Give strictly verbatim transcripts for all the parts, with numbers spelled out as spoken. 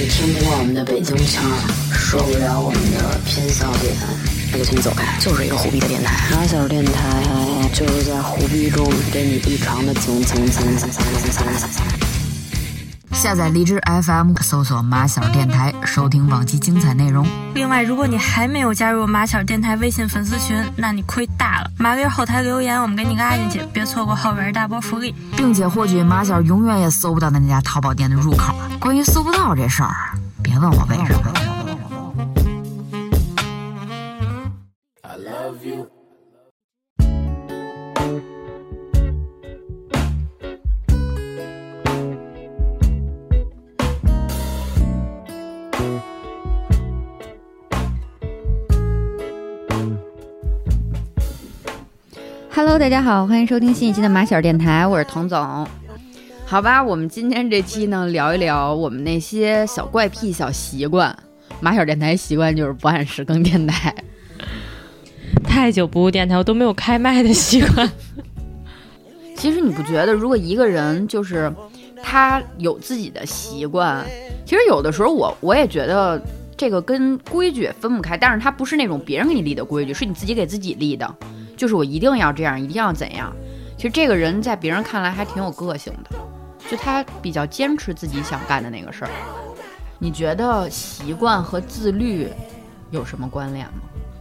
听不惯我们的北京腔，受不了我们的偏笑点，那就请你走开。就是一个虎逼的电台，马小电台就是在虎逼中给你异常的蹭蹭蹭蹭蹭蹭蹭蹭蹭。 下载荔枝 F M， 搜索马小电台，收听往期精彩内容。 另外，如果你还没有加入马小电台微信粉丝群，那你亏大了。麻溜后台留言，我们给你拉进去，别错过后边大波福利， 并且获取马小永远也搜不到的那家淘宝店的入口。关于搜不到这事儿，别问我为什么。I love you。 Hello， 大家好，欢迎收听新一期的马小电台，我是童总。好吧，我们今天这期呢，聊一聊我们那些小怪癖、小习惯。马小电台习惯就是不按时更电台， 太久不录电台，我都没有开麦的习惯。 其实你不觉得，如果一个人就是他有自己的习惯，其实有的时候我我也觉得这个跟规矩也分不开，但是它不是那种别人给你立的规矩，是你自己给自己立的。就是我一定要这样，一定要怎样。其实这个人在别人看来还挺有个性的，就他比较坚持自己想干的那个事儿。你觉得习惯和自律有什么关联吗？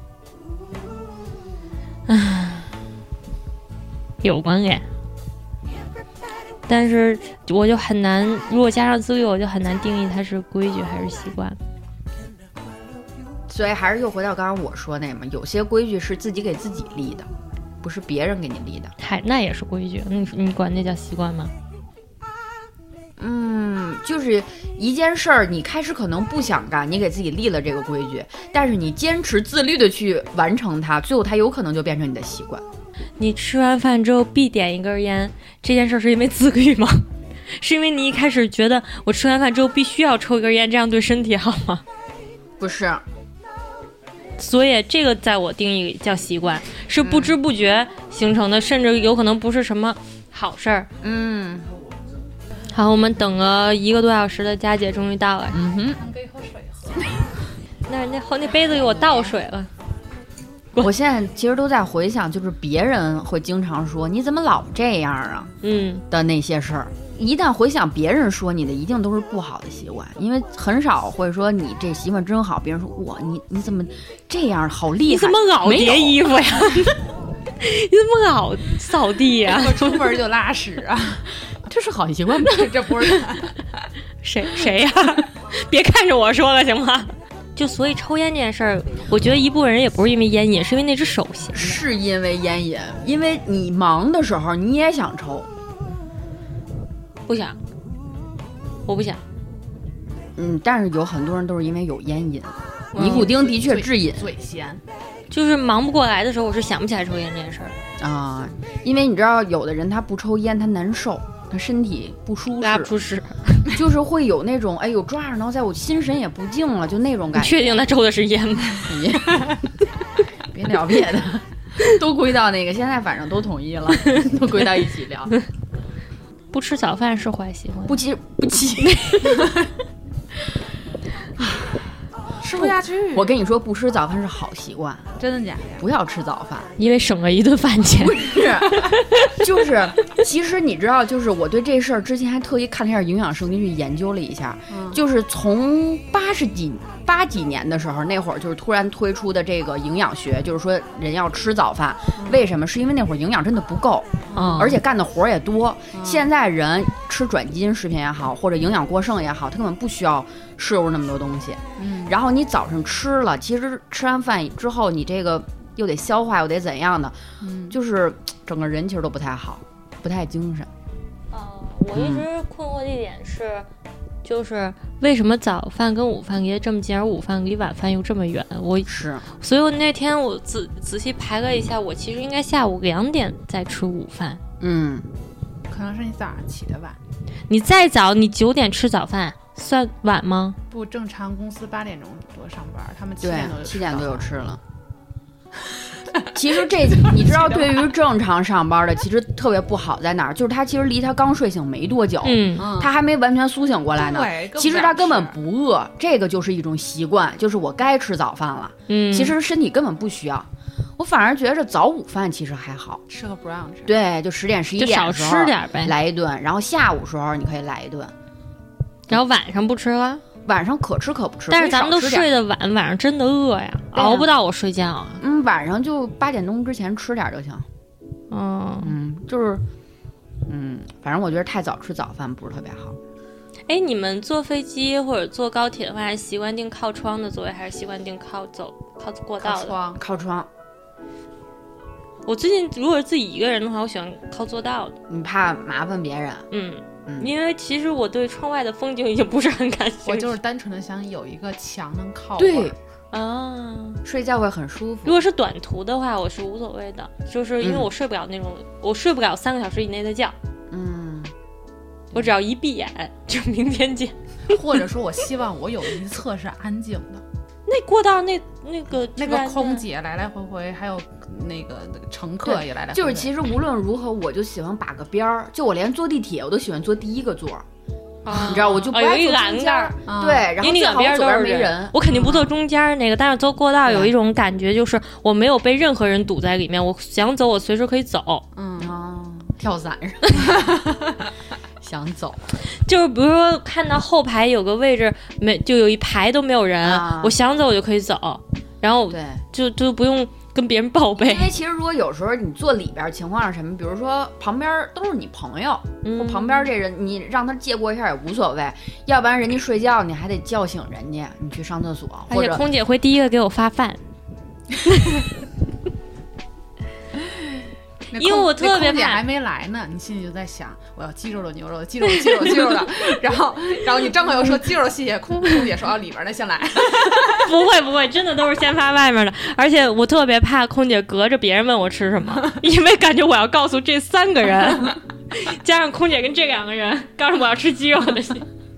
唉，有关联，但是我就很难，如果加上自律，我就很难定义它是规矩还是习惯。 所以还是又回到刚刚我说那嘛，有些规矩是自己给自己立的，不是别人给你立的。 嗨，那也是规矩，你你管那叫习惯吗？ 嗯，就是一件事儿，你开始可能不想干，你给自己立了这个规矩，但是你坚持自律的去完成它，最后它有可能就变成你的习惯。 你吃完饭之后必点一根烟，这件事是因为自律吗？是因为你一开始觉得我吃完饭之后必须要抽一根烟，这样对身体好吗？ 不是。 所以这个在我定义叫习惯，是不知不觉形成的，嗯、甚至有可能不是什么好事儿。 嗯， 好，我们等了一个多小时的佳姐终于到了。 嗯哼， 给一口水喝。那那后那杯子给我倒水了。 我现在其实都在回想，就是别人会经常说你怎么老这样啊， 嗯的那些事儿。一旦回想别人说你的，一定都是不好的习惯，因为很少会说你这习惯真好，别人说哇你你怎么这样好厉害， 你怎么老叠衣服呀？你怎么老扫地呀？ 我出门就拉屎啊， 这是好习惯吗？ 这不是谁谁呀？别看着我说了行吗？就所以抽烟这件事儿，我觉得一部分人也不是因为烟瘾，是因为那只手型。 是因为烟瘾，因为你忙的时候你也想抽。 不想，我不想。 嗯，但是有很多人都是因为有烟瘾，嗯、尼古丁的确致瘾， 嘴咸。 就是忙不过来的时候，我是想不起来抽烟这件事儿啊。因为你知道，有的人他不抽烟，他难受，他身体不舒适， 拉不出屎， 就是会有那种哎呦抓着挠在我心神也不静了，就那种感觉。 你确定他抽的是烟吗？ 别聊别的，都归到那个，现在反正都统一了，都归到一起聊。 不吃早饭是坏习惯， 不吃不吃， 吃不下去。 我跟你说，不吃早饭是好习惯， 真的假的？ 不要吃早饭， 因为省了一顿饭钱。 不是，就是其实你知道，就是我对这事儿之前还特意看了一下营养圣经去研究了一下，嗯、就是从八十几八几年的时候，那会儿就是突然推出的这个营养学，就是说人要吃早饭，嗯、为什么？是因为那会儿营养真的不够。嗯、而且干的活也多、嗯、现在人吃转基因食品也好，或者营养过剩也好，他根本不需要摄入那么多东西、嗯、然后你早上吃了，其实吃完饭之后你这个又得消化又得怎样的、嗯、就是整个人其实都不太好，不太精神。 哦，我一直困惑的一点是、嗯、就是为什么早饭跟午饭离得这么近，而午饭离晚饭又这么远？我是， 所以我那天我仔仔细排了一下，我其实应该下午两点再吃午饭。 嗯， 可能是你早上起得晚。 你再早，你九点吃早饭算晚吗？ 不，正常公司八点钟多上班，他们七点多就七点多就吃了。 其实这你知道，对于正常上班的，其实特别不好在哪儿？就是他其实离他刚睡醒没多久， 嗯， 他还没完全苏醒过来呢。 对， 其实他根本不饿，这个就是一种习惯，就是我该吃早饭了。 嗯， 其实身体根本不需要。我反而觉着早午饭其实还好， 吃个 brunch， 对，就十点十一点少吃点呗， 来一顿，然后下午时候你可以来一顿， 然后晚上不吃了。 晚上可吃可不吃， 但是咱们都睡得晚，晚上真的饿呀，啊、熬不到我睡觉啊。 嗯，晚上就八点钟之前吃点就行。 嗯嗯，就是，嗯，反正我觉得太早吃早饭不是特别好。 哎，你们坐飞机或者坐高铁的话，习惯订靠窗的座位，还是习惯订靠走靠过道的？ 靠窗， 靠窗。 我最近如果是自己一个人的话，我喜欢靠坐道的。 你怕麻烦别人？ 嗯。因为其实我对窗外的风景已经不是很感兴趣， 我就是单纯的想有一个墙能靠。 对啊， 睡觉会很舒服。 如果是短途的话，我是无所谓的，就是因为我睡不了那种，嗯、我睡不了三个小时以内的觉。 嗯， 我只要一闭眼就明天见。 或者说，我希望我有一侧是安静的。 那过道那那个那个空姐来来回回，还有那个那个乘客也来来回回。 就是其实无论如何，我就喜欢把个边儿。就我连坐地铁，我都喜欢坐第一个座。啊、你知道，我就不爱坐中间。 啊、 对，然后最好左边没人。 我肯定不坐中间那个，但是坐过道有一种感觉，就是我没有被任何人堵在里面，我想走，我随时可以走。 嗯哦，跳伞上。想走， 就是比如说看到后排有个位置没，就有一排都没有人， 啊、 我想走我就可以走，然后对， 就就不用跟别人报备。 因为其实如果有时候你坐里边情况是什么，比如说旁边都是你朋友， 嗯、 或旁边这人，你让他借过一下也无所谓，要不然人家睡觉你还得叫醒人家，你去上厕所， 而且空姐会第一个给我发饭。因为我特别怕还没来呢，你心里就在想，我要鸡肉的、牛肉的、鸡肉的、鸡肉的、鸡肉的，然后，然后你张口又说鸡肉谢谢，空空姐说啊里边的先来， 不会不会，真的都是先发外面的，而且我特别怕空姐隔着别人问我吃什么，因为感觉我要告诉这三个人，加上空姐跟这两个人，告诉我要吃鸡肉的。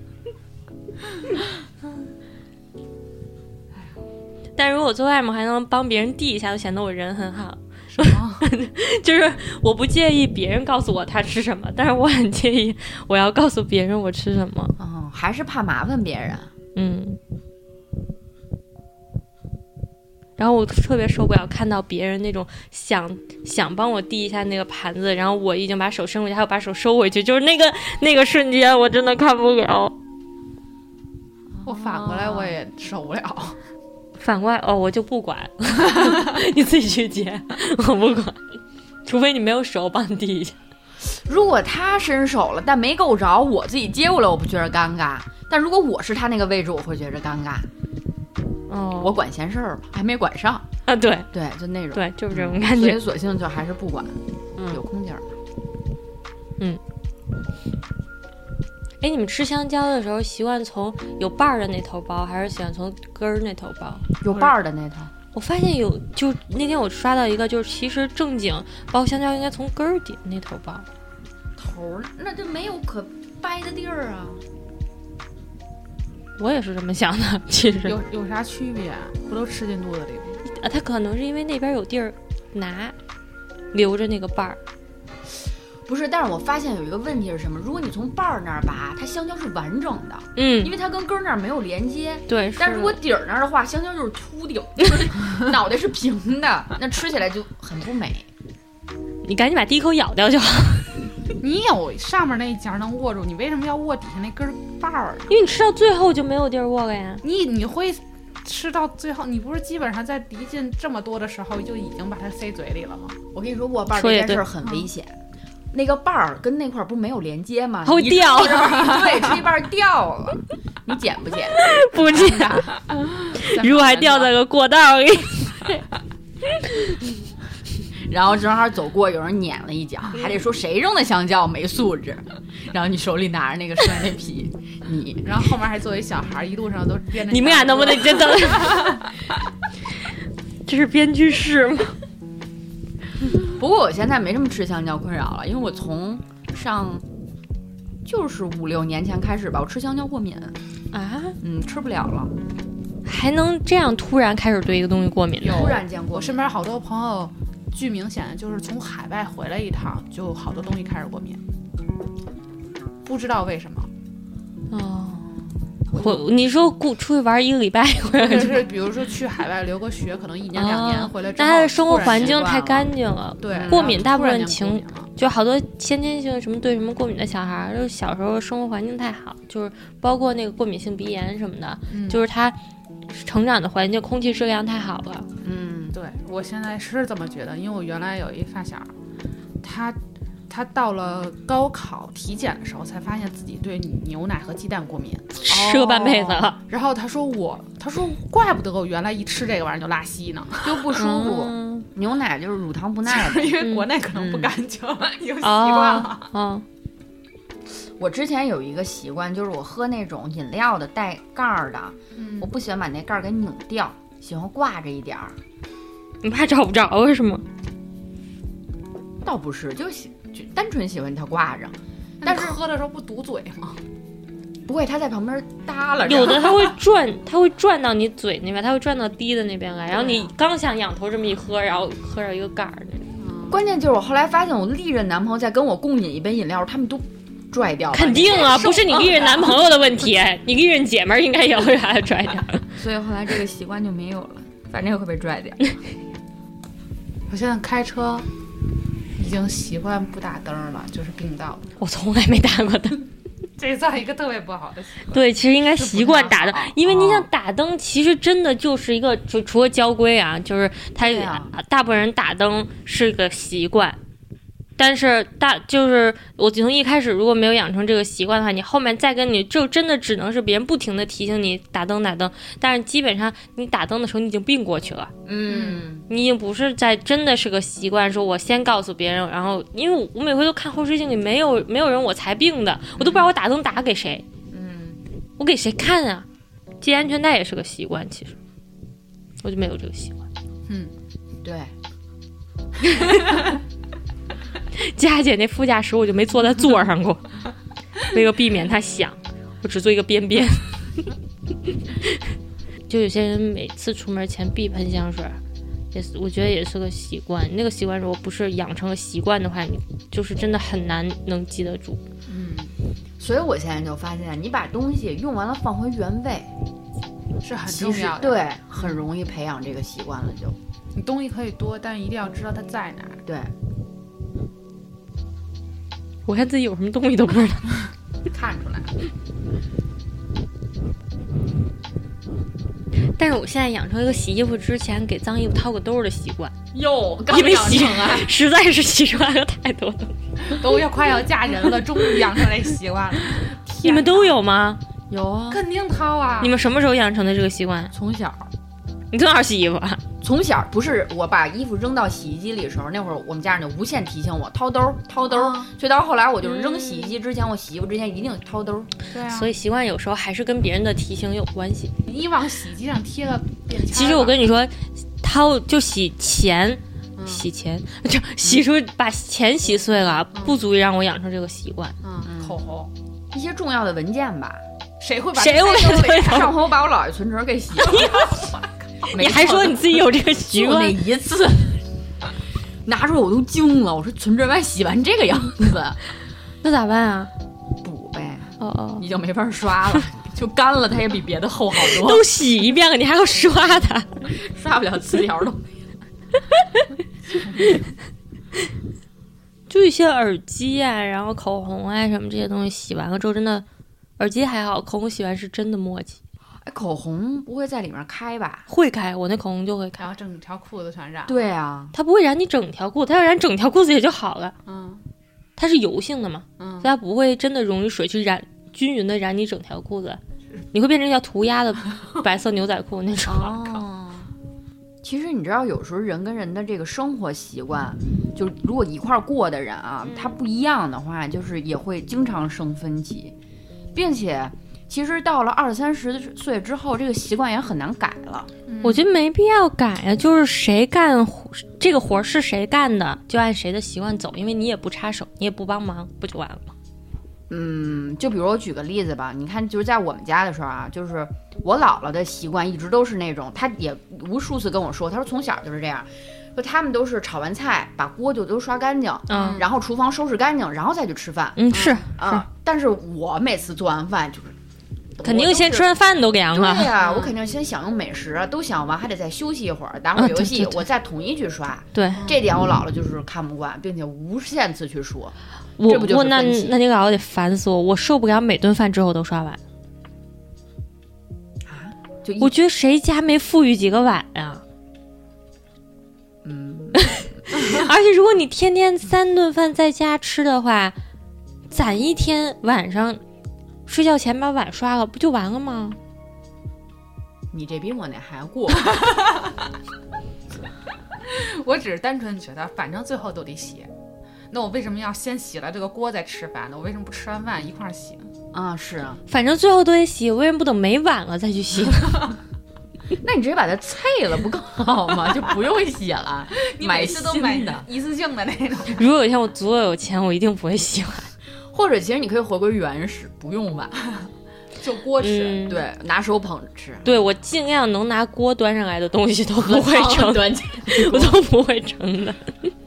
但如果坐外面还能帮别人递一下，就显得我人很好。就是我不介意别人告诉我他吃什么，但是我很介意我要告诉别人我吃什么。 哦，还是怕麻烦别人。 嗯。然后我特别受不了看到别人那种想想帮我递一下那个盘子，然后我已经把手伸过去，还要把手收回去，就是那个那个瞬间，我真的看不了。 我反过来我也受不了。 反过来哦，我就不管，你自己去接，我不管，除非你没有手帮你递一下。 如果他伸手了，但没够着，我自己接过来，我不觉得尴尬。但如果我是他那个位置，我会觉得尴尬。 哦， 我管闲事儿吧，还没管上啊？对对，就那种， 对，就是这种感觉。 所以索性就还是不管， 嗯、 有空间儿。 嗯。哎，你们吃香蕉的时候习惯从有瓣儿的那头剥，还是喜欢从根儿那头剥？ 有瓣儿的那头。 我发现有，就那天我刷到一个，就是其实正经剥香蕉应该从根儿底那头剥。 头那就没有可掰的地儿啊。 我也是这么想的，其实有有啥区别？不都吃进肚子里吗？ 啊，它可能是因为那边有地儿拿，留着那个瓣儿。 不是，但是我发现有一个问题是什么？如果你从瓣儿那儿拔，它香蕉是完整的， 嗯， 因为它跟根儿那儿没有连接。 对， 但如果底儿那儿的话，香蕉就是秃顶，就是脑袋是平的，那吃起来就很不美。 你赶紧把第一口咬掉就好。 你有上面那一节能握住，你为什么要握底下那根瓣儿？ 因为你吃到最后就没有地儿握了呀。 你你会吃到最后，你不是基本上在离近这么多的时候就已经把它塞嘴里了吗？ 我跟你说，握瓣儿这件事很危险。那个瓣儿跟那块儿不是没有连接吗？ 它会掉， 对，吃一半掉了，你捡不捡？ 不捡，如果还掉在个过道里， 然后正好走过，有人撵了一脚，还得说谁扔的香蕉没素质，然后你手里拿着那个涮那皮，你， 然后后面还作为小孩，一路上都编着。 你们俩能不能真的？这是编剧室吗？ 不过我现在没什么吃香蕉困扰了，因为我从上就是五六年前开始吧，我吃香蕉过敏啊， 嗯，吃不了了。 还能这样突然开始对一个东西过敏？ 突然间过敏。 我身边好多朋友巨明显的就是从海外回来一趟，就好多东西开始过敏，不知道为什么。 哦，我你说出出去玩一个礼拜回来就，就是比如说去海外留个学，可能一年两年回来之后， 那他的生活环境太干净了。 对， 过敏大部分情了就好多先天性什么对什么过敏的小孩，就是小时候生活环境太好，就是包括那个过敏性鼻炎什么的， 嗯、 就是他成长的环境空气质量太好了。 嗯，对，我现在是这么觉得，因为我原来有一发小，他他到了高考体检的时候才发现自己对牛奶和鸡蛋过敏， 吃了半辈子了。 哦、然后他说我，他说怪不得我原来一吃这个玩意儿就拉稀呢， 就不舒服。嗯、牛奶就是乳糖不耐的，因为国内可能不干净，嗯、有习惯了。 嗯、哦。 我之前有一个习惯，就是我喝那种饮料的带盖儿的， 嗯、 我不喜欢把那盖儿给拧掉，喜欢挂着一点儿。 你怕找不着为什么？ 倒不是，就喜就单纯喜欢它挂着。但是喝的时候不堵嘴吗？ 不会，它在旁边耷拉着。 有的它会转，它会转到你嘴那边，它会转到低的那边来，然后你刚想仰头这么一喝，然后喝着一个盖儿那种。 嗯、关键就是我后来发现，我历任男朋友在跟我共饮一杯饮料，他们都拽掉了。 肯定啊，不是你历任男朋友的问题，你历任姐们儿应该也会把它拽掉。 所以后来这个习惯就没有了，反正会被拽掉。 我现在开车已经习惯不打灯了，就是并道。 我从来没打过灯， 这算一个特别不好的习惯。 对，其实应该习惯打灯，因为你想打灯，其实真的就是一个，就除了交规啊，就是他、啊、大部分人打灯是个习惯。但是大就是我从一开始如果没有养成这个习惯的话，你后面再跟你就真的只能是别人不停的提醒你打灯打灯，但是基本上你打灯的时候你已经并过去了， 嗯， 你已经不是在真的是个习惯，说我先告诉别人，然后因为我每回都看后视镜里没有没有人我才并的，我都不知道我打灯打给谁， 嗯， 我给谁看啊？系安全带也是个习惯，其实我就没有这个习惯， 嗯， 对。 佳姐那副驾驶我就没坐在座上过，为了避免它响，我只坐一个边边。就有些人每次出门前必喷香水，也是我觉得也是个习惯。那个习惯如果不是养成了习惯的话，你就是真的很难能记得住。 嗯，所以我现在就发现，你把东西用完了放回原位是很重要的， 对，很容易培养这个习惯了就。 你东西可以多，但一定要知道它在哪儿。 对。 我看自己有什么东西都不知道， 看出来了。 但是我现在养成一个洗衣服之前给脏衣服掏个兜的习惯， 哟， 因为洗实在是洗出来了太多东西，都要快要嫁人了，终于养成这习惯了。 你们都有吗？ 有啊， 肯定掏啊。 你们什么时候养成的这个习惯？ 从小。 你从哪洗衣服啊？ 从小不是我把衣服扔到洗衣机里的时候，那会儿我们家人就无限提醒我掏兜掏兜， 哦、 所以到后来我就扔洗衣机之前，嗯、我洗衣服之前一定掏兜。 对啊， 所以习惯有时候还是跟别人的提醒有关系。 你往洗衣机上贴个便签。 其实我跟你说，掏就洗钱， 嗯、 洗钱就洗出、嗯、把钱洗碎了， 嗯、 不足以让我养成这个习惯。 嗯， 嗯口红， 一些重要的文件吧， 谁会把谁会上回我把我姥爷存折给洗了。 你还说你自己有这个习惯？ 就那一次拿出来我都惊了，我说存折还洗完这个样子， 那咋办啊？ 补呗。 哦哦， 你就没法刷了，就干了，它也比别的厚好多。 都洗一遍了，你还要刷它？ 刷不了词条都。 就一些耳机啊，然后口红啊什么这些东西，洗完了之后真的，耳机还好，口红洗完是真的磨叽。 哎，口红不会在里面开吧？ 会开，我那口红就会开。 然后整条裤子全染。 对啊， 它不会染你整条裤子，它要染整条裤子也就好了。 嗯， 它是油性的嘛， 嗯， 所以它不会真的溶于水去染均匀的染你整条裤子，你会变成一条涂鸦的白色牛仔裤那种。 哦，其实你知道，有时候人跟人的这个生活习惯，就如果一块儿过的人啊，他不一样的话，就是也会经常生分歧，并且。其实到了二三十岁之后，这个习惯也很难改了。 我觉得没必要改啊，就是谁干这个活是谁干的，就按谁的习惯走，因为你也不插手，你也不帮忙，不就完了吗？ 嗯，就比如我举个例子吧，你看，就是在我们家的时候啊，就是我姥姥的习惯一直都是那种，她也无数次跟我说，她说从小就是这样。 说他们都是炒完菜把锅就都刷干净， 嗯， 然后厨房收拾干净，然后再去吃饭。 嗯，是啊，但是我每次做完饭就是。 肯定先吃完饭都凉了。 对呀、啊，我肯定先享用美食，都享用完还得再休息一会儿，打会儿游戏，啊、我再统一去刷。 对， 这点我姥姥就是看不惯，并且无限次去说。 我这不就是那那你姥姥得烦死我，我受不了每顿饭之后都刷碗。 啊？就我觉得谁家没富裕几个碗呀、啊？ 嗯。 而且如果你天天三顿饭在家吃的话，攒一天晚上。睡觉前把碗刷了，不就完了吗？ 你这比我那还过。 我只是单纯觉得，反正最后都得洗。那我为什么要先洗了这个锅再吃饭呢？我为什么不吃完饭一块儿洗呢？ 啊，是啊， 反正最后都得洗，为什么不等没碗了再去洗呢？ 那你直接把它碎了不更好吗？就不用洗了， 你每次都买的一次性的那种。 如果有一天我足够有钱，我一定不会洗碗。 或者其实你可以回归原始，不用碗， 就锅吃、 嗯， 对，拿手捧着吃。 对，我尽量能拿锅端上来的东西都不会盛， 端我都不会盛的。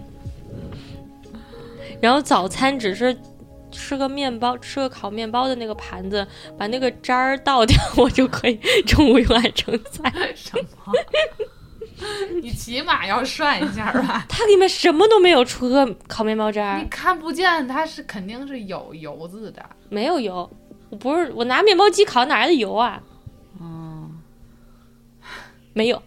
然后早餐只是吃个面包，吃个烤面包的那个盘子，把那个渣儿倒掉，我就可以中午用来盛菜。 什么？你起码要涮一下吧。 它里面什么都没有，除了烤面包渣。 你看不见，它是肯定是有油渍的。 没有油，我不是我拿面包机烤哪来的油啊？ 嗯， 没有。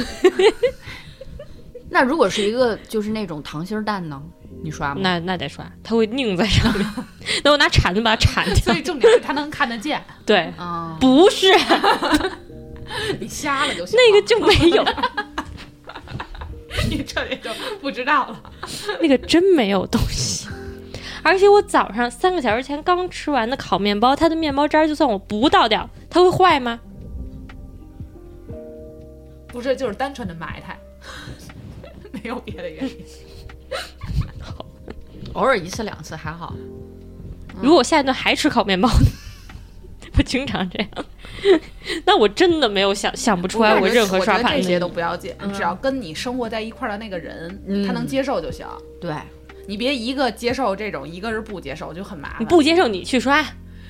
那如果是一个就是那种溏心蛋呢？你刷吗？ 那那得刷，它会拧在上面。那我拿铲子把它铲掉。 所以重点是它能看得见。 对， 嗯、 不是。 你瞎了就行。 那个就没有。 你这里就不知道了。 那个真没有东西。而且我早上三个小时前刚吃完的烤面包，它的面包渣就算我不倒掉，它会坏吗？ 不是，就是单纯的埋汰，没有别的原因。 偶尔一次两次还好。 如果我下一顿还吃烤面包，我经常这样，那我真的没有想想不出来我任何刷盘的。 这些都不要紧、嗯，只要跟你生活在一块的那个人、嗯、他能接受就行。 对， 你别一个接受这种，一个是不接受，就很麻烦。 你不接受你去刷。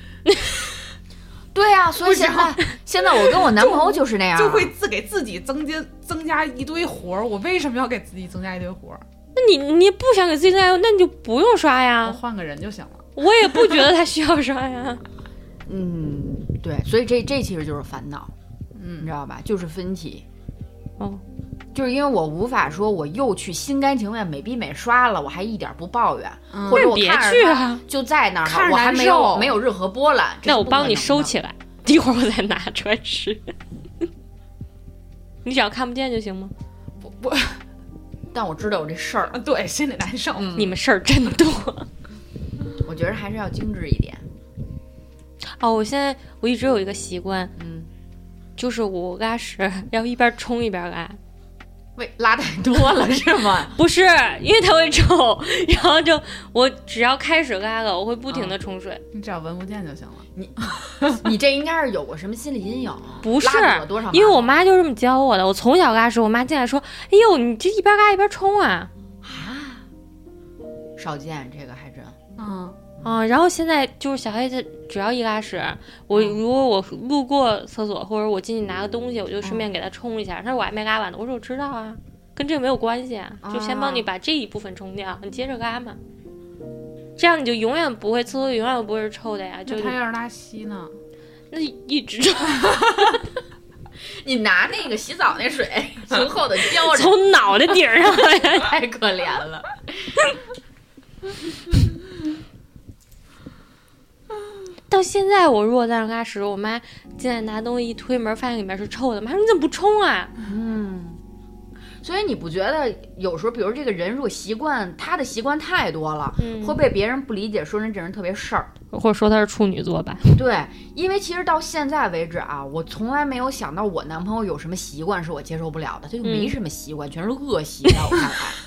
对呀、啊，所以现在现在我跟我男朋友就是那样， 就会自给自己增加增加一堆活儿。我为什么要给自己增加一堆活儿？ 那你你不想给自己增加，那你就不用刷呀。 我换个人就行了。 我也不觉得他需要刷呀。 嗯，对，所以这这其实就是烦恼， 嗯， 你知道吧？就是分歧。 哦， 就是因为我无法说我又去心甘情愿美逼美刷了，我还一点不抱怨， 嗯、 或者我别看去啊， 就在那儿， 我还没有没有任何波澜。 那我帮你收起来，一会儿我再拿出来吃。你只要看不见就行吗？ 不不， 但我知道有这事儿， 对，心里难受。 嗯、你们事儿真多。 我觉得还是要精致一点。 哦，我现在我一直有一个习惯， 嗯， 就是我拉屎要一边冲一边拉。 喂，拉太多了是吗？ 不是，因为它会臭，然后就我只要开始拉了，我会不停的冲水。 哦、你只要闻不见就行了。 你你这应该是有过什么心理阴影？ 不是， 拉多少因为我妈就这么教我的。我从小拉屎，我妈进来说：“哎呦，你这一边拉一边冲啊！” 啊，少见，这个还真。 嗯。 啊，然后现在就是小黑子，只要一拉屎，我如果我路过厕所或者我进去拿个东西，我就顺便给他冲一下。他说我还没拉完呢，我说我知道啊，跟这个没有关系啊，就先帮你把这一部分冲掉，你接着拉嘛。这样你就永远不会，厕所永远不会是臭的呀。就他要是拉稀呢？ 那一直臭。 你拿那个洗澡那水从后头浇着， 从脑袋顶上来， 太可怜了。 到现在我如果在那拉屎，我妈进来拿东西一推门发现里面是臭的，妈说你怎么不冲啊？ 嗯，所以你不觉得有时候比如这个人如果习惯他的习惯太多了、嗯、会被别人不理解，说人这人特别事儿， 或者说他是处女座吧。 对，因为其实到现在为止啊，我从来没有想到我男朋友有什么习惯是我接受不了的，他就没什么习惯、嗯、全是恶习在我看来。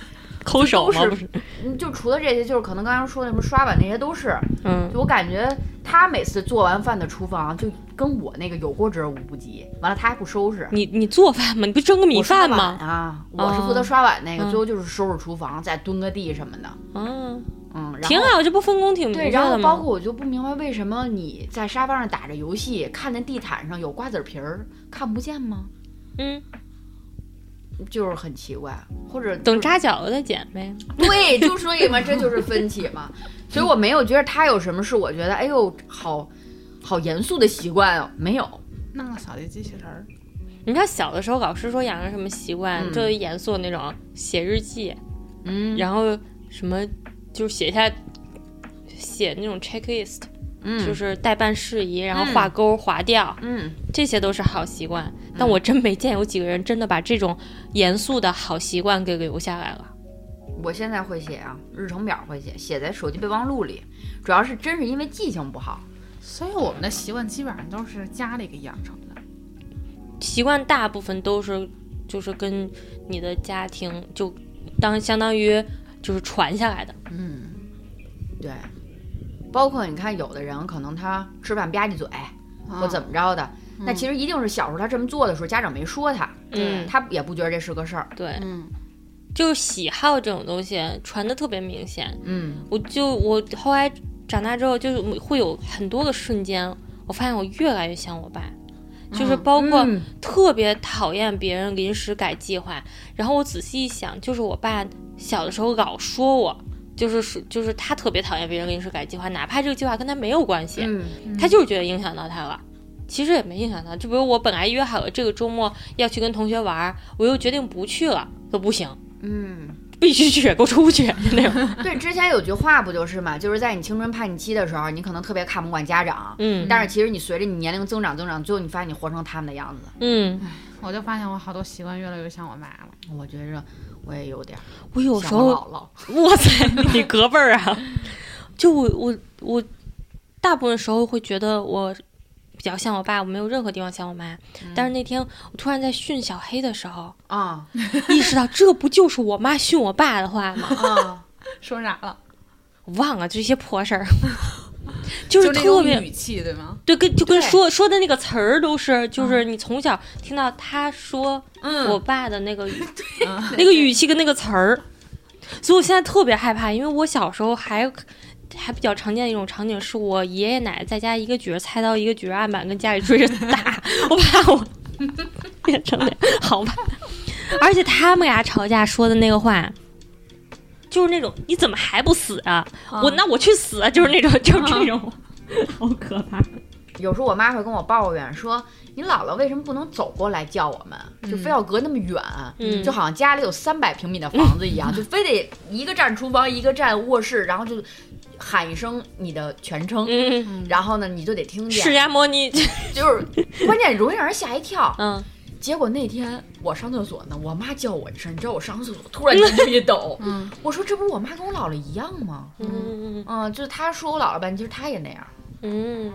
抠手吗？ 就不是， 就除了这些，就是可能刚刚说的什么刷碗那些都是。 嗯， 就我感觉他每次做完饭的厨房就跟我那个有过之而无不及。完了他还不收拾。 你你做饭吗？你不蒸个米饭吗？ 啊，我是负责刷碗那个， 哦、 最后就是收拾厨房，再蹲个地什么的。 嗯嗯， 挺好，这不分工挺明确的吗？ 对，然后包括我就不明白为什么你在沙发上打着游戏，看见地毯上有瓜子皮儿，看不见吗？ 嗯。 就是很奇怪，或者等扎脚了再剪呗。 对，就所以嘛，这就是分歧嘛。所以我没有觉得他有什么是我觉得哎呦好好严肃的习惯哦，没有。 弄个扫地机器人儿。 你看小的时候老师说养成什么习惯， 嗯、 就是严肃那种写日记， 嗯， 然后什么就是写下写那种 checklist。 嗯， 就是代办事宜，然后画勾、嗯、划掉， 嗯， 这些都是好习惯。但我真没见有几个人真的把这种严肃的好习惯给留下来了。 我现在会写啊，日程表会写，写在手机备忘录里，主要是真是因为记性不好， 所以我们的习惯基本上都是家里给养成的。 习惯大部分都是就是跟你的家庭就当相当于就是传下来的。 嗯，对。包括你看，有的人可能他吃饭吧唧嘴， 啊、 或怎么着的， 嗯、 那其实一定是小时候他这么做的时候，家长没说他， 嗯， 他也不觉得这是个事儿。 对， 嗯， 就是喜好这种东西传的特别明显。 嗯， 我就我后来长大之后，就是会有很多个瞬间，我发现我越来越像我爸。就是包括特别讨厌别人临时改计划，嗯、然后我仔细一想，就是我爸小的时候老说我。就是就是他特别讨厌别人临时改计划，哪怕这个计划跟他没有关系， 嗯嗯、他就是觉得影响到他了。其实也没影响到，就比如我本来约好了这个周末要去跟同学玩，我又决定不去了，都不行， 嗯， 必须去，给我出去那种。 对，之前有句话不就是嘛，就是在你青春叛逆期的时候，你可能特别看不惯家长， 嗯， 但是其实你随着你年龄增长增长，最后你发现你活成他们的样子， 嗯， 我就发现我好多习惯越来越像我妈了。 我觉着。我也有点， 我有时候姥姥， 哇塞，你隔辈儿啊！就我我我，大部分时候会觉得我比较像我爸，我没有任何地方像我妈。嗯、但是那天我突然在训小黑的时候啊， 意识到这不就是我妈训我爸的话吗？ 啊， 说啥了？ 我忘了这些破事儿。就是特别语气对吗？ 对，跟就跟说说的那个词儿都是，就是你从小听到他说我爸的那个语， 嗯、 那个语气跟那个词儿，所以我现在特别害怕，因为我小时候还还比较常见的一种场景是我爷爷奶奶在家一个角菜刀一个角案板跟家里追着打，我怕我变成那好吧，而且他们俩吵架说的那个话。就是那种你怎么还不死啊？啊我那我去死啊！就是那种，就是这种，啊、好可怕。 有时候我妈会跟我抱怨说：“你姥姥为什么不能走过来叫我们？嗯、就非要隔那么远， 嗯、 就好像家里有三百平米的房子一样，嗯、就非得一个站厨房，一个站卧室，然后就喊一声你的全称， 嗯、 然后呢你就得听见。 释迦摩尼， 就是关键容易让人吓一跳。 嗯。 结果那天我上厕所呢，我妈叫我一声，你知道我上厕所突然间就一抖， 嗯， 我说这不是我妈跟我姥姥一样吗？ 嗯嗯嗯，就是她说我姥姥吧，其实她也那样。 嗯，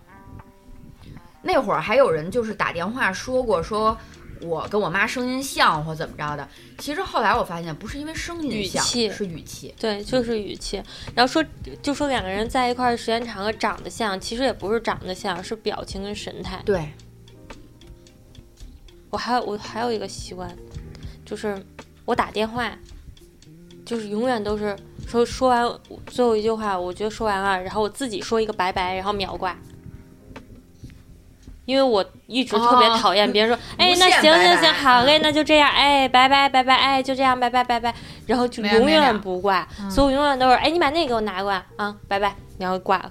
那会儿还有人就是打电话说过，说我跟我妈声音像或怎么着的。其实后来我发现不是因为声音像， 语气是语气， 对，就是语气。然后说就说两个人在一块儿时间长了长得像，其实也不是长得像，是表情跟神态。 对。 我还有我还有一个习惯，就是我打电话，就是永远都是说说完最后一句话，我觉得说完了，然后我自己说一个拜拜，然后秒挂。因为我一直特别讨厌别人说，哦、哎，那行行行，好嘞，那就这样，哎，拜拜拜拜，哎，就这样，拜拜拜拜，然后就永远不挂， 嗯、 所以我永远都是，哎，你把那个给我拿过来啊，拜拜，然后挂了。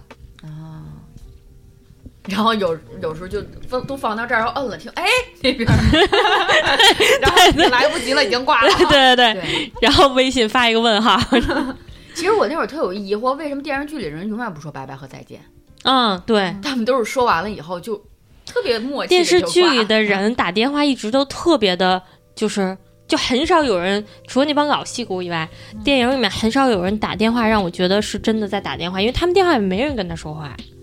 然后有有时候就放都放到这儿，然后摁了听，哎那边， 然后你来不及了，已经挂了。 对对对， 对然后微信发一个问号。 其实我那会儿特有疑惑，为什么电视剧里人永远不说拜拜和再见？ 嗯，对， 他们都是说完了以后就特别默契。 电视剧里的人打电话一直都特别的，就是就很少有人，除了那帮老戏骨以外，嗯、电影里面很少有人打电话让我觉得是真的在打电话，因为他们电话也没人跟他说话。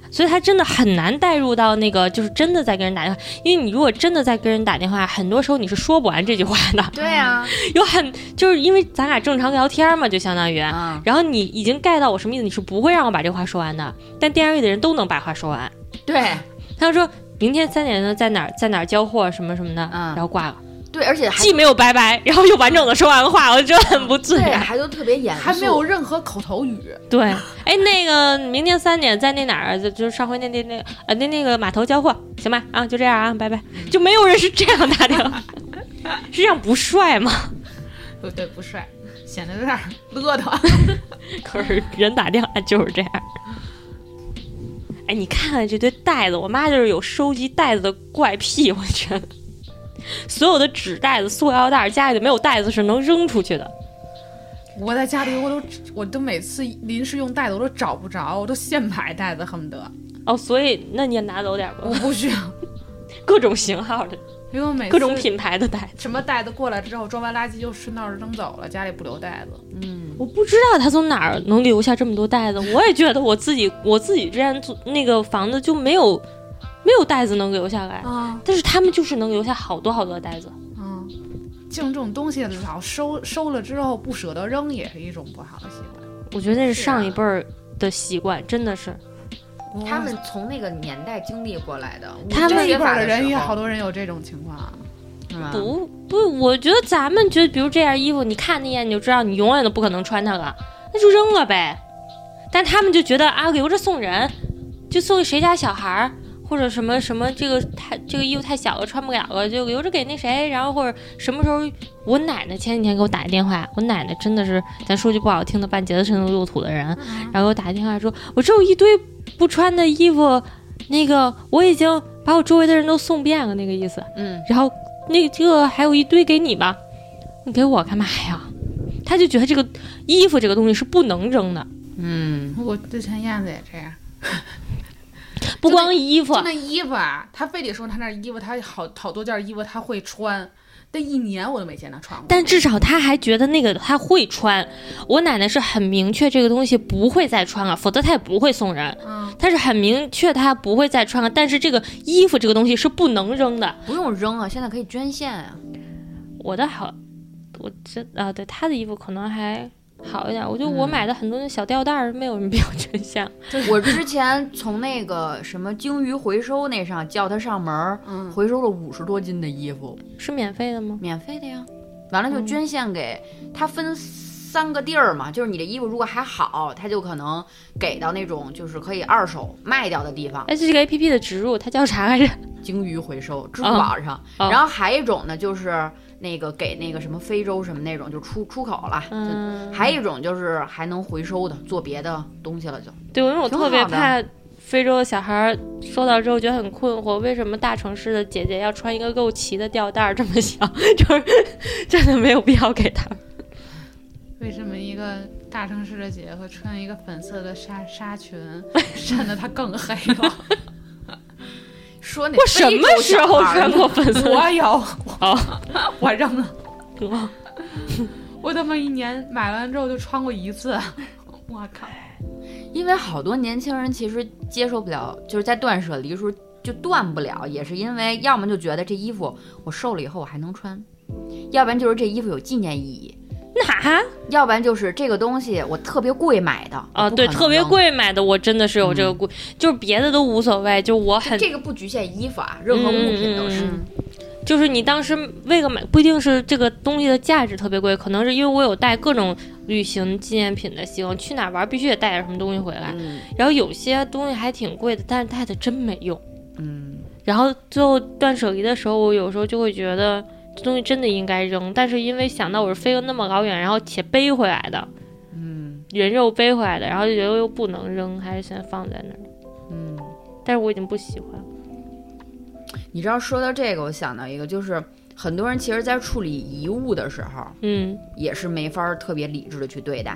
所以他真的很难带入到那个就是真的在跟人打电话，因为你如果真的在跟人打电话，很多时候你是说不完这句话的。 对啊， 有很就是因为咱俩正常聊天嘛，就相当于， 嗯、 然后你已经 get 到我什么意思，你是不会让我把这话说完的。但电视里的人都能把话说完。 对， 他就说明天三点钟在哪儿在哪儿交货什么什么的， 嗯、 然后挂了。 对，而且既没有拜拜，然后又完整的说完了话，我觉得很不自然， 还都特别严肃， 还没有任何口头语。 对，哎，那个明天三点在那哪儿，就是上回那那那呃那那个码头交货，行吧？啊，就这样啊，拜拜。就没有人是这样打电话，是这样不帅吗？ 不对，不帅，显得有点邋遢。 可是人打电话就是这样。哎，你看看这堆袋子，我妈就是有收集袋子的怪癖，我觉得。所有的纸袋子、塑料袋，家里没有袋子是能扔出去的。 我在家里，我都我都每次临时用袋子我都找不着，我都现买袋子，恨不得。 哦，所以那你也拿走点吧。 我不需要， 各种型号的， 因为我每次各种品牌的袋子， 什么袋子过来之后，装完垃圾就顺道扔走了，家里不留袋子。 嗯，我不知道他从哪儿能留下这么多袋子。我也觉得我自己，我自己之前租那个房子就没有。没有袋子能留下来啊， 但是他们就是能留下好多好多袋子。 嗯，像这种东西老收收了之后不舍得扔，也是一种不好的习惯。 我觉得那是上一辈儿的习惯，真的是。 他们从那个年代经历过来的， 他们一辈的人也好多人有这种情况。 不不，我觉得咱们觉得，比如这件衣服，你看那眼你就知道，你永远都不可能穿它了，那就扔了呗。但他们就觉得啊，留着送人，就送给谁家小孩儿。或者什么什么这个太这个衣服太小了穿不了了，就留着给那谁，然后或者什么时候，我奶奶前几天给我打个电话，我奶奶真的是咱说句不好听的半截子深入六土的人，然后给我打个电话说，我这有一堆不穿的衣服，那个我已经把我周围的人都送遍了那个意思， 嗯， 然后那这个还有一堆给你吧，你给我干嘛呀？他就觉得这个衣服这个东西是不能扔的， 嗯， 我之前燕子也这样。 不光衣服， 就那衣服啊，他非得说他那衣服，他好好多件衣服他会穿，但一年我都没见他穿过。 但至少他还觉得那个他会穿。我奶奶是很明确这个东西不会再穿了，否则他也不会送人。 嗯， 他是很明确他不会再穿了，但是这个衣服这个东西是不能扔的。 不用扔啊，现在可以捐献啊。 我的好，我这啊，对他的衣服可能还。好一点，我觉得我买的很多那小吊带儿没有人比较真相。 我之前从那个什么鲸鱼回收那上叫他上门，嗯，回收了五十多斤的衣服， 是免费的吗？ 免费的呀。完了就捐献给、嗯、他，分三个地儿嘛，就是你的衣服如果还好，他就可能给到那种就是可以二手卖掉的地方。 哎，这是个 A P P 的植入，它叫啥来着？ 鲸鱼回收，支付宝上。哦、然后还有一种呢，就是。那个给那个什么非洲什么那种就出出口了，嗯，还有一种就是还能回收的，做别的东西了就。 对，因为我特别怕非洲的小孩收到之后觉得很困惑，为什么大城市的姐姐要穿一个够齐的吊带这么小，就是真的没有必要给他们。 为什么一个大城市的姐姐会穿一个粉色的纱纱裙，衬得她更黑了？ 说那我什么时候穿过粉色？ 我有， 哦， 我扔了。我他妈一年买完之后就穿过一次，我靠！ 因为好多年轻人其实接受不了，就是在断舍离的时候就断不了，也是因为要么就觉得这衣服我瘦了以后我还能穿，要不然就是这衣服有纪念意义。 哪？ 要不然就是这个东西我特别贵买的啊，对，特别贵买的，我真的是有这个贵，嗯、就是别的都无所谓，就我很这个不局限衣服啊，任何物品都是。 嗯、就是你当时为了买，不一定是这个东西的价值特别贵，可能是因为我有带各种旅行纪念品的习惯，去哪玩必须得带点什么东西回来， 嗯、 然后有些东西还挺贵的，但是带的真没用。 嗯， 然后最后断舍离的时候，我有时候就会觉得。这东西真的应该扔，但是因为想到我是飞了那么老远，然后且背回来的， 嗯， 人肉背回来的，然后就觉得又不能扔，还是先放在那儿， 嗯， 但是我已经不喜欢了。 你知道说到这个，我想到一个，就是很多人其实在处理遗物的时候， 嗯， 也是没法特别理智的去对待。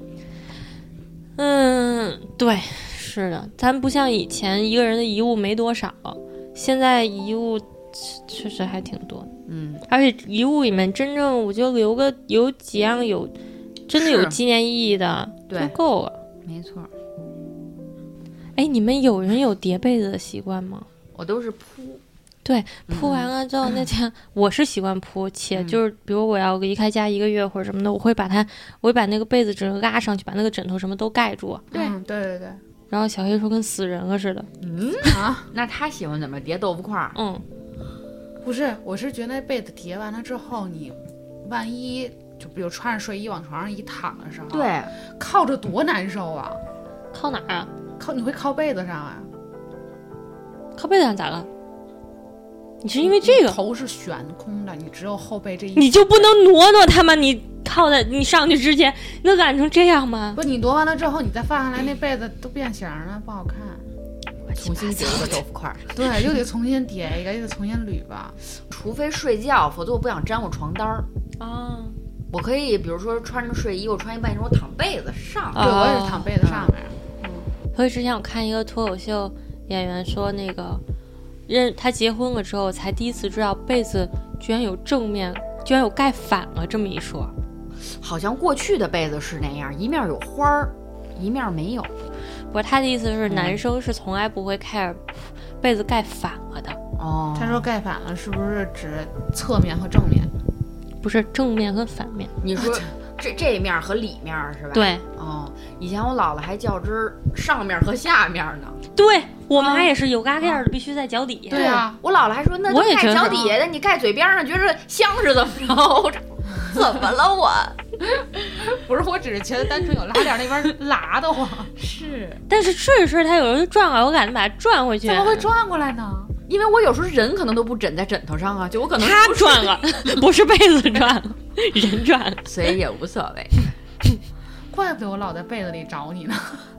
嗯，对，是的，咱不像以前一个人的遗物没多少，现在遗物确实还挺多。 嗯， 而且遗物里面真正我就留个有几样有真的有纪念意义的就够了。 没错。 哎，你们有人有叠被子的习惯吗？ 我都是铺。 对，铺完了之后、嗯、那天我是习惯铺，且就是比如我要离开家一个月或者什么的，我会把它，我会把那个被子整个拉上去，把那个枕头什么都盖住。 对、嗯、对对对。 然后小黑说跟死人了似的。 嗯啊，那他喜欢怎么叠豆腐块？ 嗯， 不是，我是觉得那被子叠完了之后，你万一就比如穿着睡衣往床上一躺的时候， 对， 靠着多难受啊！ 靠哪儿啊？ 靠你会靠被子上啊？ 靠被子上咋了？你是因为这个头是悬空的，你只有后背这一， 你就不能挪挪它吗？你靠在你上去之前能懒成这样吗？ 不，你挪完了之后，你再放下来，那被子都变形了，不好看。 重新叠一个豆腐块， 对，又得重新叠一个，又得重新捋吧。 除非睡觉，否则我不想沾我床单儿。 啊， 我可以，比如说穿着睡衣，我穿一半身，我躺被子上。 对，我也是躺被子上面。 嗯，所以之前我看一个脱口秀演员说，那个认他结婚了之后，才第一次知道被子居然有正面，居然有盖反了这么一说。 好像过去的被子是那样，一面有花儿，一面没有。 不是，他的意思是男生是从来不会 care 被子盖反了的。 哦， 他说盖反了是不是指侧面和正面？ 不是，正面和反面。 你说这这面和里面是吧？ 对。 哦，以前我姥姥还较真上面和下面呢。 对，我妈也是有拉链的，必须在脚底下。 对啊， 我姥姥还说那都盖脚底下的，你盖嘴边上觉得香是怎么着？怎么了我？ 不是，我只是觉得单纯有拉链那边拉的慌。 是， 但是睡着睡着它有人转了，我懒得把它转回去。 怎么会转过来呢？ 因为我有时候人可能都不枕在枕头上啊，就我可能他转了，不是被子转了，人转了， 所以也无所谓。 怪不得我老在被子里找你呢。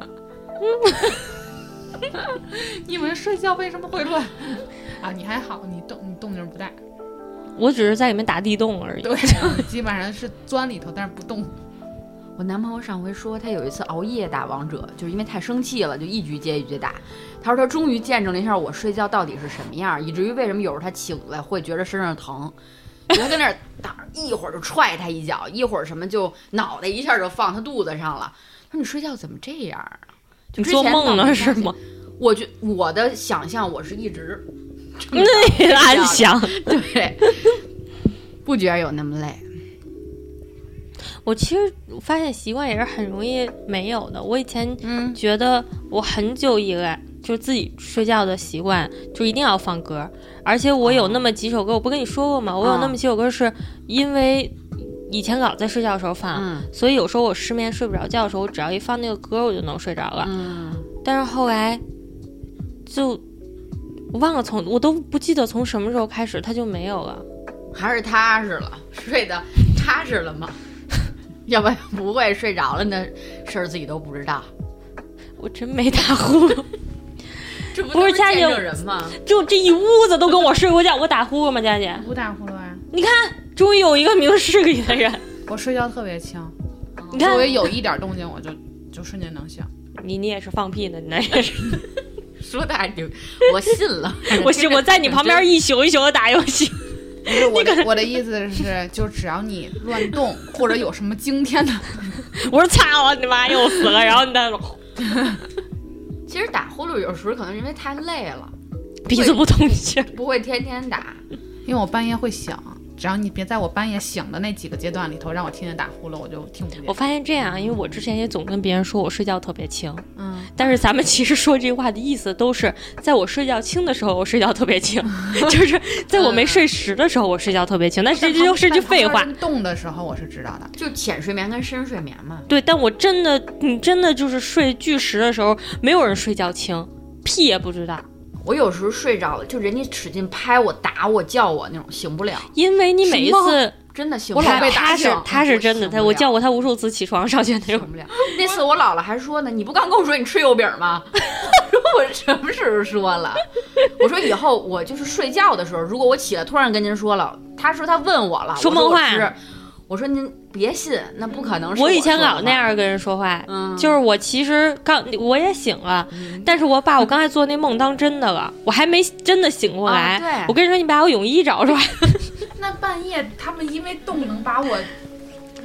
你们睡觉为什么会乱啊？你还好，你动你动静不大。 我只是在里面打地洞而已。 对，基本上是钻里头，但是不动。 我男朋友上回说，他有一次熬夜打王者，就是因为太生气了，就一局接一局打。他说他终于见证了一下我睡觉到底是什么样，以至于为什么有时候他醒来会觉得身上疼。他跟那儿打，一会儿就踹他一脚，一会儿什么就脑袋一下就放他肚子上了。他说你睡觉怎么这样啊？ 你做梦呢是吗？ 我觉我的想象我是一直那安详， 对，不觉得有那么累。 我其实发现习惯也是很容易没有的。我以前觉得我很久以来、嗯、就自己睡觉的习惯就一定要放歌，而且我有那么几首歌、哦、我不跟你说过吗？我有那么几首歌是因为以前老在睡觉的时候放、嗯、所以有时候我失眠睡不着觉的时候，我只要一放那个歌我就能睡着了、 嗯、 但是后来就我忘了从我都不记得从什么时候开始它就没有了。 还是踏实了，睡得踏实了吗？要不然不会睡着了那事儿自己都不知道。 我真没打呼噜。 这不是见证人吗？ 就这一屋子都跟我睡过觉，我打呼噜吗？佳姐不打呼噜啊。 你看终于有一个明事理的人。 我睡觉特别轻， 你看周围有一点动静我就就瞬间能醒。 你你也是放屁呢，你那也是说的还挺我信了。 我信，我在你旁边一宿一宿的打游戏。 不是我的，我的意思是，就只要你乱动或者有什么惊天的， 我说操我你妈又死了，然后你再其实打呼噜有时候可能因为太累了， 鼻子不通气， 不会天天打， 因为我半夜会响。只要你别在我半夜醒的那几个阶段里头让我听见打呼噜，我就听不见。 我发现这样，因为我之前也总跟别人说我睡觉特别轻， 嗯， 但是咱们其实说这句话的意思都是在我睡觉轻的时候我睡觉特别轻，就是在我没睡实的时候我睡觉特别轻，但是这就是句废话。 动的时候我是知道的， 就浅睡眠跟深睡眠嘛。 对，但我真的，你真的就是睡巨实的时候，没有人睡觉轻，屁也不知道。 我有时候睡着了，就人家使劲拍我、打我、叫我那种，醒不了。 因为你每一次真的醒不了， 我老被打醒。 他是他是真的，他我叫过他无数次起床上学那种。 醒不了。那次我姥姥还说呢，你不刚跟我说你吃油饼吗？我什么时候说了？我说以后我就是睡觉的时候，如果我起来突然跟您说了，他说他问我了， 说梦话。 我说您别信，那不可能是我。 我以前老那样跟人说话，嗯，就是我其实刚我也醒了，嗯、但是我把我刚才做那梦当真的了，我还没真的醒过来。 啊、对， 我跟你说，你把我泳衣找出来。 那半夜他们因为动能把我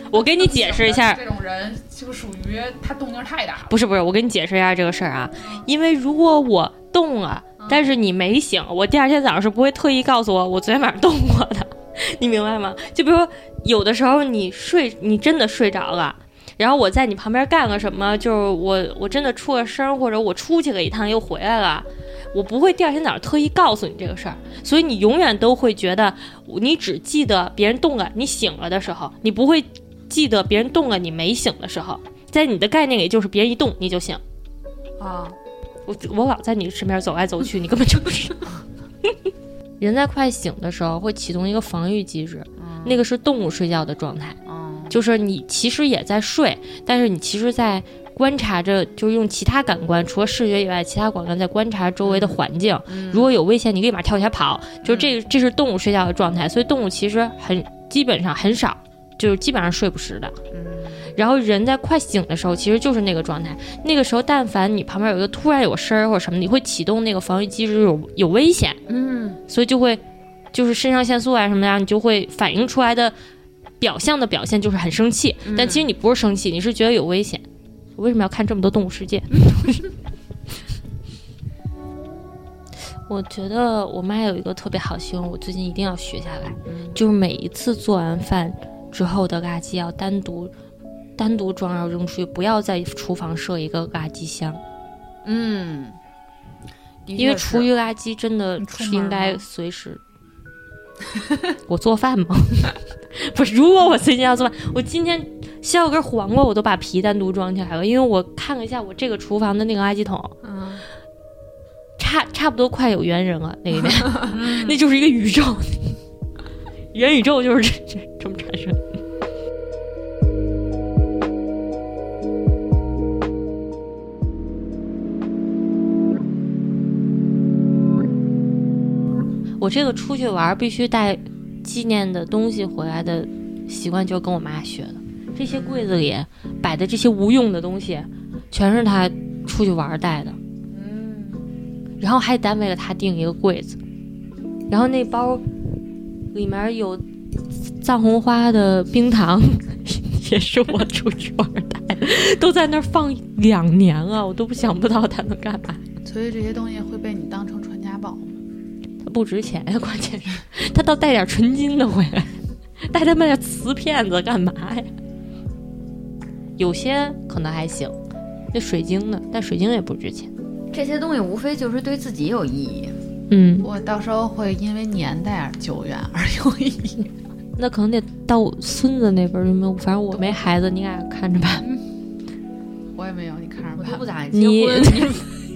我给你解释一下， 这种人就属于他动静太大了。 不是不是，我给你解释一下这个事儿啊，因为如果我动了，但是你没醒，我第二天早上是不会特意告诉我我昨天晚上动过的，你明白吗？就比如说有的时候你睡，你真的睡着了。然后我在你旁边干个什么，就是我我真的出个声，或者我出去了一趟又回来了，我不会第二天早上特意告诉你这个事儿，所以你永远都会觉得你只记得别人动了你醒了的时候，你不会记得别人动了你没醒的时候，在你的概念里就是别人一动你就醒啊。 我我老在你身边走来走去，你根本就不是。人在快醒的时候会启动一个防御机制，嗯、那个是动物睡觉的状态。就是你其实也在睡，但是你其实在观察着，就是用其他感官，除了视觉以外，其他感官在观察周围的环境。嗯、如果有危险，你立马跳起来跑。就是这这是动物睡觉的状态，所以动物其实很基本上很少，就是基本上睡不实的。嗯、然后人在快醒的时候，其实就是那个状态。那个时候，但凡你旁边有一个突然有声儿或者什么，你会启动那个防御机制，有有危险。嗯，所以就会就是肾上腺素啊什么的，你就会反映出来的。表象的表现就是很生气，但其实你不是生气，你是觉得有危险。我为什么要看这么多动物世界？我觉得我妈有一个特别好习惯，我最近一定要学下来，就是每一次做完饭之后的垃圾要单独单独装，要扔出去，不要在厨房设一个垃圾箱。嗯，因为厨余垃圾真的是应该随时。我做饭吗？不是，如果我最近要做饭，我今天削根黄瓜，我都把皮单独装起来了，因为我看了一下我这个厨房的那个垃圾桶，嗯，差差不多快有猿人了，那里面，那就是一个宇宙，元宇宙就是这这么产生。我这个出去玩必须带纪念的东西回来的习惯，就是跟我妈学的。这些柜子里摆的这些无用的东西，全是她出去玩带的。嗯，然后还单为了她订一个柜子，然后那包里面有藏红花的冰糖，也是我出去玩带的，都在那儿放两年了，我都不想不到它能干嘛。 所以这些东西会被你当成传家宝吗？ 不值钱呀，关键是他倒带点纯金的回来，带他们点瓷片子干嘛呀？有些可能还行，那水晶的，但水晶也不值钱。 这些东西无非就是对自己有意义。 嗯， 我到时候会因为年代久远而有意义。 那可能得到我孙子那边有没有？反正我没孩子，你俩看着吧。 嗯、我也没有，你看着吧。 我都不咋结你。 婚。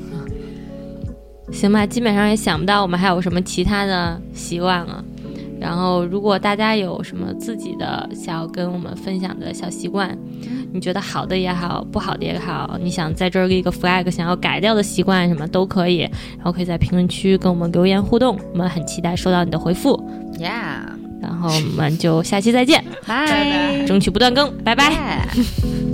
行吧，基本上也想不到我们还有什么其他的习惯了。然后如果大家有什么自己的想要跟我们分享的小习惯，你觉得好的也好，不好的也好，你想在这儿立个 flag 想要改掉的习惯什么都可以，然后可以在评论区跟我们留言互动，我们很期待收到你的回复。 Yeah， 然后我们就下期再见， 拜， 争取不断更，拜拜。 Yeah